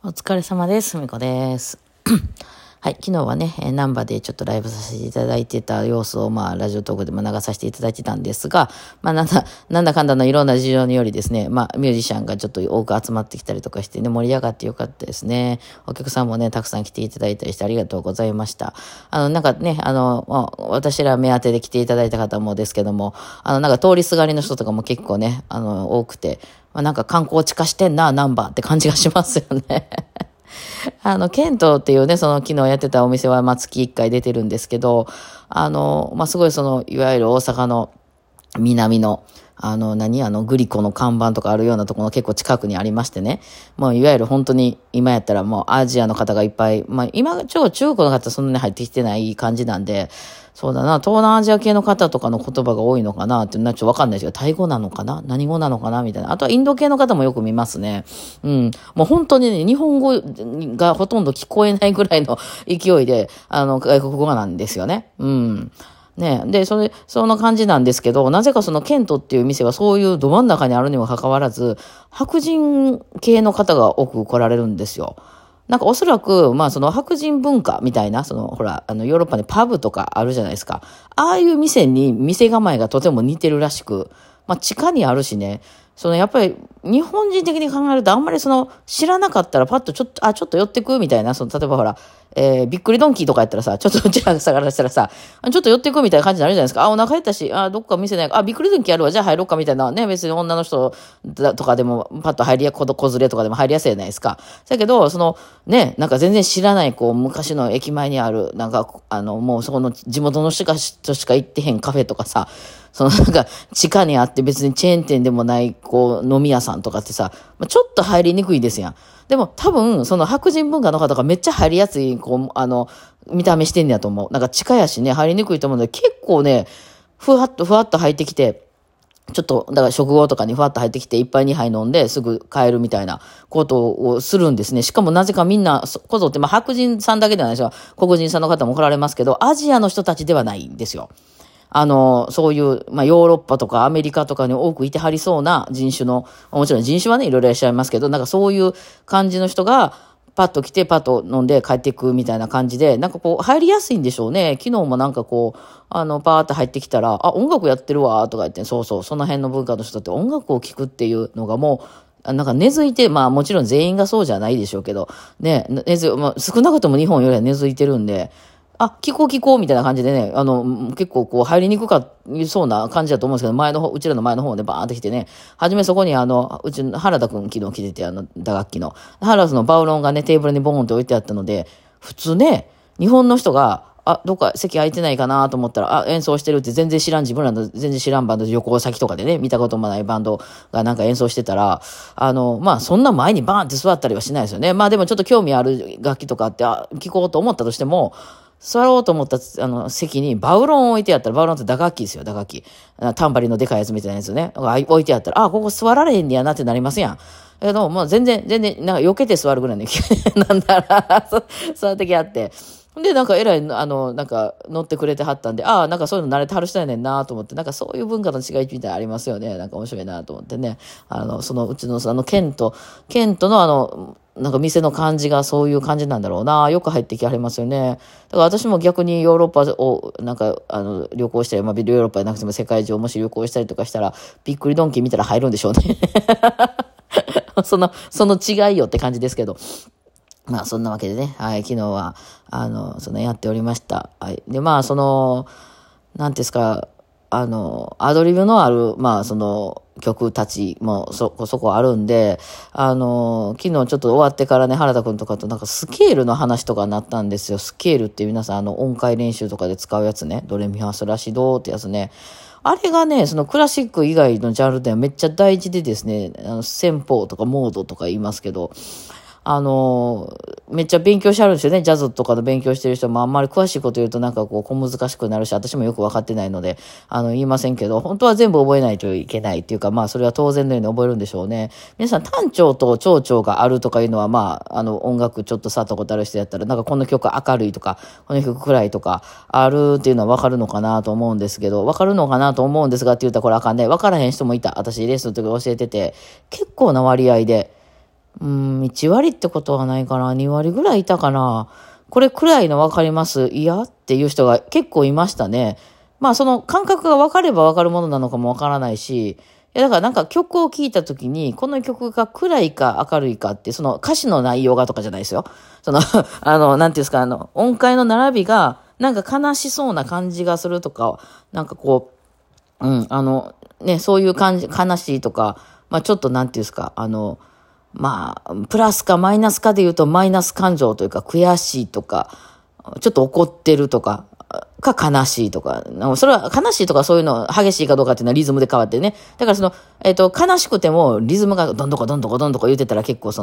お疲れ様です。すみこです。はい、昨日はね、難波でちょっとライブさせていただいてた様子を、ラジオトークでも流させていただいてたんですが、なんだかんだのいろんな事情によりですね、ミュージシャンがちょっと多く集まってきたりとかしてね、盛り上がってよかったですね。お客さんもね、たくさん来ていただいたりしてありがとうございました。私ら目当てで来ていただいた方もですけども、通りすがりの人とかも結構ね、多くて、観光地化してんな、難波って感じがしますよね。ケントっていうね、昨日やってたお店は、月1回出てるんですけど、すごいいわゆる大阪の南の、グリコの看板とかあるようなところの結構近くにありましてね。もういわゆる本当に今やったらもうアジアの方がいっぱい、今中国の方そんなに入ってきてない感じなんで、そうだな、東南アジア系の方とかの言葉が多いのかなっていうのはちょっとわかんないですけど、タイ語なのかな何語なのかなみたいな。あとはインド系の方もよく見ますね。もう本当にね、日本語がほとんど聞こえないぐらいの勢いで、外国語なんですよね。ね。で、その感じなんですけど、なぜかケントっていう店はそういうど真ん中にあるにもかかわらず、白人系の方が多く来られるんですよ。おそらく、白人文化みたいな、ヨーロッパにパブとかあるじゃないですか。ああいう店に店構えがとても似てるらしく、地下にあるしね、やっぱり、日本人的に考えると、あんまり知らなかったらパッとちょっと寄ってくみたいな、例えばびっくりドンキーとかやったらさ、ちょっとうちら探したらさ、ちょっと寄ってくみたいな感じになるじゃないですか。お腹減ったし、どっか店ないか、びっくりドンキーあるわ、じゃあ入ろうかみたいなね、別に女の人とかでも、パッと子連れとかでも入りやすいじゃないですか。だけど、全然知らない、昔の駅前にある、もうそこの地元の人としか行ってへんカフェとかさ、地下にあって別にチェーン店でもない、飲み屋さんとかってさ、ちょっと入りにくいですやん。でも多分、白人文化の方がめっちゃ入りやすい、見た目してんねやと思う。地下やしね、入りにくいと思うので、結構ね、ふわっと入ってきて、ちょっと、だから食後とかにふわっと入ってきて、一杯二杯飲んですぐ帰るみたいなことをするんですね。しかもなぜかみんな、こぞって、白人さんだけではないですよ。黒人さんの方も来られますけど、アジアの人たちではないんですよ。そういう、ヨーロッパとかアメリカとかに多くいてはりそうな人種の、もちろん人種はね、いろいろいらっしゃいますけど、そういう感じの人が、パッと来て、パッと飲んで帰っていくみたいな感じで、入りやすいんでしょうね。昨日もパーって入ってきたら、音楽やってるわ、とか言って、そうそう、その辺の文化の人って音楽を聴くっていうのがもう、根付いて、もちろん全員がそうじゃないでしょうけど、ね、少なくとも日本よりは根付いてるんで、聞こう、みたいな感じでね、結構入りにくかそうな感じだと思うんですけど、うちらの前の方でバーンって来てね、はじめそこにうちの原田くん昨日来てて、打楽器の。原田のバウロンがね、テーブルにボーンって置いてあったので、普通ね、日本の人が、どっか席空いてないかなと思ったら、演奏してるって自分らの全然知らんバンドで旅行先とかでね、見たこともないバンドが演奏してたら、そんな前にバーンって座ったりはしないですよね。でもちょっと興味ある楽器とかって、聞こうと思ったとしても、座ろうと思った席にバウロンを置いてあったら、バウロンって打楽器ですよ、打楽器。タンバリンのでかいやつみたいなやつね。置いてあったら、ここ座られへんねやなってなりますやん。けど、全然、避けて座るぐらいのなんだら、そういう時あって。で、偉い、乗ってくれてはったんで、そういうの慣れてはる人やねんなと思って、そういう文化の違いみたいなのありますよね。面白いなと思ってね。うちのケントの店の感じがそういう感じなんだろうな。よく入ってきはりますよね。だから私も逆にヨーロッパを、旅行したり、ヨーロッパじゃなくても世界中もし旅行したりとかしたら、びっくりドンキー見たら入るんでしょうね。その違いよって感じですけど。そんなわけでね、はい、昨日は、やっておりました。はい。で、なんていうんですか、アドリブのある、曲たちもそこあるんで、昨日ちょっと終わってからね、原田くんとかとスケールの話とかになったんですよ。スケールって皆さん音階練習とかで使うやつね。ドレミファソラシドってやつね。あれがね、クラシック以外のジャンルではめっちゃ大事でですね、旋法とかモードとか言いますけど、めっちゃ勉強してあるんですよね。ジャズとかの勉強してる人もあんまり詳しいこと言うと小難しくなるし、私もよくわかってないので、言いませんけど、本当は全部覚えないといけないっていうか、それは当然のように覚えるんでしょうね。皆さん、単調と長調があるとかいうのは、音楽ちょっと触ったことある人やったら、この曲明るいとか、この曲暗いとか、あるっていうのはわかるのかなと思うんですけど、わかるのかなと思うんですがって言ったらこれあかんね。わからへん人もいた。私、レッスンの時教えてて、結構な割合で、 1割ってことはないかな。2割ぐらいいたかな。これくらいのわかります。いやっていう人が結構いましたね。まあその感覚が分かれば分かるものなのかもわからないし、いやだからなんか曲を聴いたときに、この曲が暗いか明るいかって、その歌詞の内容がとかじゃないですよ。その、なんていうんですか、音階の並びが、なんか悲しそうな感じがするとか、なんかこう、そういう感じ、悲しいとか、まあちょっとなんていうんですか、まあ、プラスかマイナスかで言うとマイナス感情というか悔しいとか、ちょっと怒ってるとか、悲しいとか、それは悲しいとかそういうの激しいかどうかっていうのはリズムで変わってね。だから悲しくてもリズムがどんどこどんどこどんどこ言ってたら結構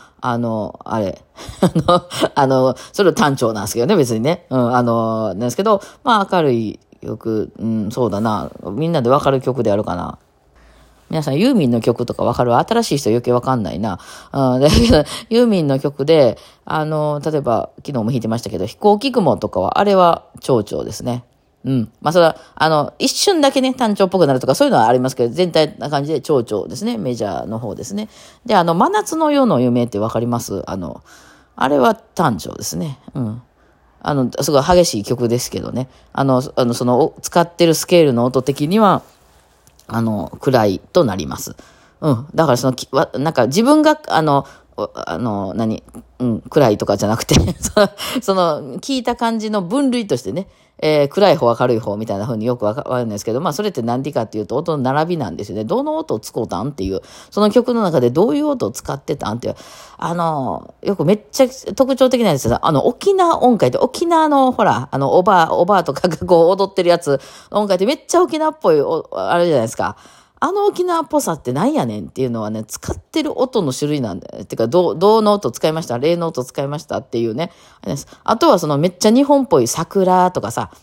それ単調なんですけどね、別にね。なんですけど、まあ明るい曲、そうだな。みんなでわかる曲であるかな。皆さん、ユーミンの曲とかわかる？新しい人余計わかんないな。だけど、ユーミンの曲で、例えば、昨日も弾いてましたけど、飛行機雲とかは、あれは蝶々ですね。まあ、それは、一瞬だけね、単調っぽくなるとか、そういうのはありますけど、全体な感じで蝶々ですね。メジャーの方ですね。で、真夏の夜の夢ってわかります？あれは単調ですね。すごい激しい曲ですけどね。使ってるスケールの音的には、暗いとなります。だからなんか自分が、暗いとかじゃなくて聞いた感じの分類としてね、暗い方明るい方みたいな風によくわかるんですけど、まあそれって何でかっていうと音の並びなんですよね。どの音を使うたんっていう、その曲の中でどういう音を使ってたんっていう、よくめっちゃ特徴的なんですよ。沖縄音階って沖縄のほら、おばあとかがこう踊ってるやつ、音階ってめっちゃ沖縄っぽいあれじゃないですか。沖縄っぽさって何やねんっていうのはね、使ってる音の種類なんだよ。てか、どの音使いました？例の音使いましたっていうね。あとはめっちゃ日本っぽい桜とかさ、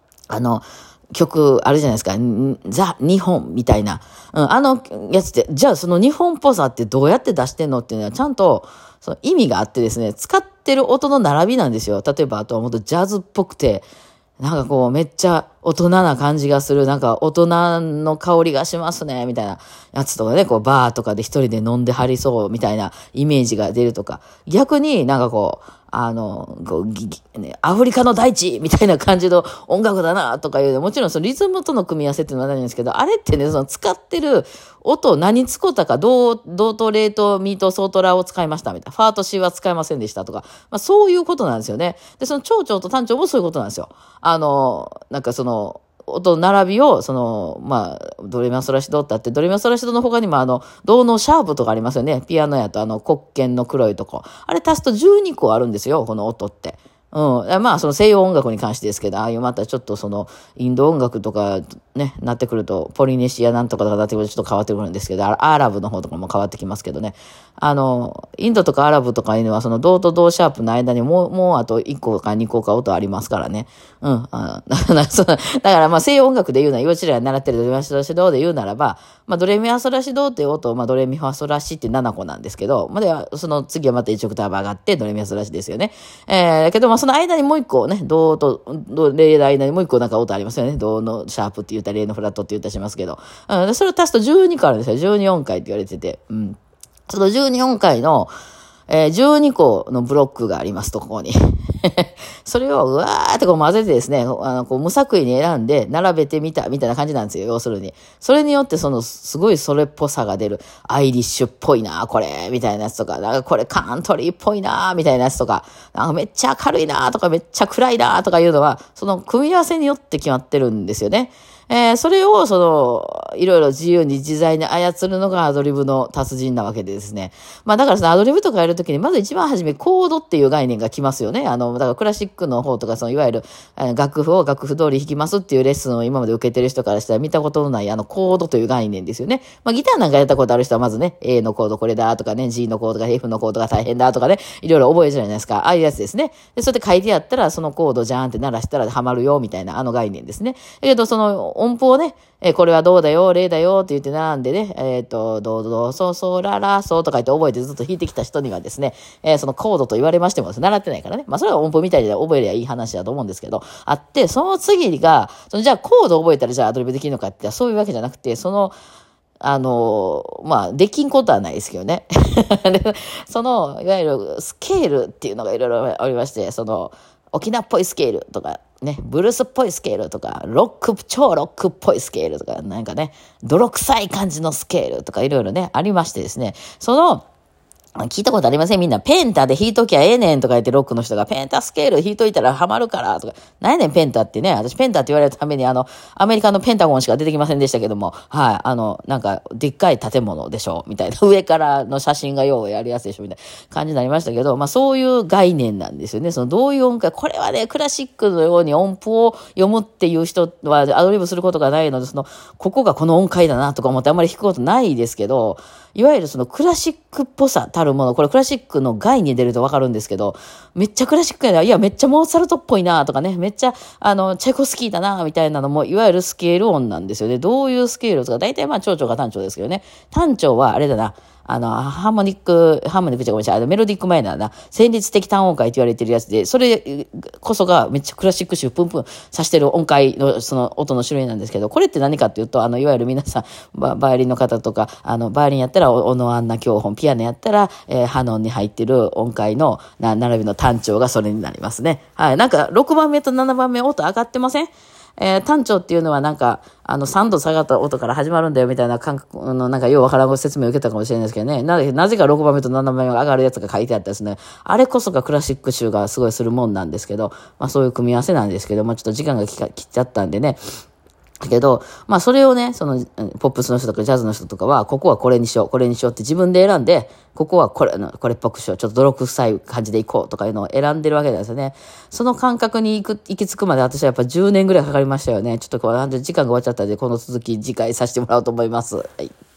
曲あるじゃないですか。ザ・日本みたいな。やつって、じゃあその日本っぽさってどうやって出してんのっていうのはちゃんと、意味があってですね、使ってる音の並びなんですよ。例えば、あとはもっとジャズっぽくて、なんかこうめっちゃ大人な感じがする、なんか大人の香りがしますね、みたいなやつとかね、こうバーとかで一人で飲んではりそうみたいなイメージが出るとか、逆になんかこう、アフリカの大地みたいな感じの音楽だなとかいう、もちろんリズムとの組み合わせっていうのはないんですけど、あれってね、使ってる音何使ったか、ドとレとミとソとラを使いましたみたいな。ファーとシは使いませんでしたとか、まあそういうことなんですよね。で、蝶々と単調もそういうことなんですよ。なんか音の並びを、まあ、ドレミファソラシドってあって、ドレミファソラシドの他にも銅のシャープとかありますよね。ピアノやと黒鍵の黒いとこ。あれ足すと12個あるんですよ、この音って。まあ、西洋音楽に関してですけど、ああいうまたちょっとインド音楽とかね、なってくると、ポリネシアなんとかとかなってくるとちょっと変わってくるんですけど、アラブの方とかも変わってきますけどね。インドとかアラブとかいうのは、銅と銅シャープの間にもうあと1個か2個か音ありますからね。だからまあ、西洋音楽で言うなら、幼稚園が習ってるドレミファソラシドで言うならば、まあ、ドレミファソラシドっていう音、まあ、ドレミファソラシって7個なんですけど、まあ、では、次はまた1オクターブ上がって、ドレミファソラシですよね。だけど、まあ、その間にもう一個ね、ドレの間にもう一個なんか音ありますよね。ドのシャープって言ったり、レのフラットって言ったりしますけど。それを足すと12個あるんですよ。12音階って言われてて。その12音階の、12個のブロックがありますと、ここに。それをうわーってこう混ぜてですね、こう無作為に選んで並べてみた、みたいな感じなんですよ、要するに。それによってすごいそれっぽさが出る。アイリッシュっぽいな、これ、みたいなやつとか、なんかこれカントリーっぽいな、みたいなやつとか、なんかめっちゃ明るいな、とかめっちゃ暗いな、とかいうのは、組み合わせによって決まってるんですよね。それをいろいろ自由に自在に操るのがアドリブの達人なわけでですね。まあだからアドリブとかやるときに、まず一番初めコードっていう概念が来ますよね。だからクラシックの方とか、いわゆる楽譜を楽譜通り弾きますっていうレッスンを今まで受けてる人からしたら見たことのないコードという概念ですよね。まあギターなんかやったことある人はまずね、A のコードこれだとかね、G のコードが F のコードが大変だとかね、いろいろ覚えるじゃないですか。ああいうやつですね。で、それで書いてやったら、そのコードじゃーんって鳴らしたらハマるよ、みたいな概念ですね。だけど音符をね、これはどうだよ、レだよって言って並んでね、ど、そう、ラ、そうとか言って覚えてずっと弾いてきた人にはですね、そのコードと言われましても習ってないからね。まあそれは音符みたいで覚えりゃいい話だと思うんですけど、あって、その次が、じゃあコード覚えたらじゃあアドリブできるのかって、そういうわけじゃなくて、 できんことはないですけどね。でいわゆるスケールっていうのがいろいろありまして、沖縄っぽいスケールとか、ね、ブルースっぽいスケールとか、超ロックっぽいスケールとか、なんかね、泥臭い感じのスケールとかいろいろね、ありましてですね、聞いたことありませんみんな、ペンタで弾いときゃええねんとか言ってロックの人が、ペンタスケール弾いといたらハマるからとか、なんやねんペンタってね、私ペンタって言われるためにアメリカのペンタゴンしか出てきませんでしたけども、はい、なんか、でっかい建物でしょみたいな、上からの写真がようやりやすいでしょみたいな感じになりましたけど、そういう概念なんですよね。どういう音階、これはね、クラシックのように音符を読むっていう人はアドリブすることがないので、ここがこの音階だなとか思ってあんまり弾くことないですけど、いわゆるクラシックっぽさたるもの、これクラシックの外に出るとわかるんですけど、めっちゃクラシックやな、いや、めっちゃモーツァルトっぽいなとかね、めっちゃ、チャイコフスキーだなみたいなのも、いわゆるスケール音なんですよね。どういうスケールとか、大体長調か単調ですけどね。単調はあれだな、ハーモニックじゃごめんなさい、メロディックマイナーな、旋律的単音階って言われてるやつで、それこそがめっちゃクラシック集プンプンさしてる音階の音の種類なんですけど、これって何かっていうと、いわゆる皆さん、バイオリンの方とか、バイオリンやったら、小野アンナ教本、ピアノやったら、ハノンに入ってる音階の並びの単調がそれになりますね。はい。なんか、6番目と7番目音上がってません？単調っていうのはなんか、3度下がった音から始まるんだよみたいな感覚の、なんかようわからんご説明を受けたかもしれないですけどね。なぜか6番目と7番目が上がるやつが書いてあったですね。あれこそがクラシック集がすごいするもんなんですけど、そういう組み合わせなんですけど、ちょっと時間が来ちゃったんでね。だけど、それをね、ポップスの人とかジャズの人とかは、ここはこれにしようって自分で選んで、ここはこれっぽくしよう。ちょっと泥臭い感じでいこうとかいうのを選んでるわけなんですよね。その感覚に行き着くまで私はやっぱ10年ぐらいかかりましたよね。ちょっと時間が終わっちゃったんで、この続き次回させてもらおうと思います。はい。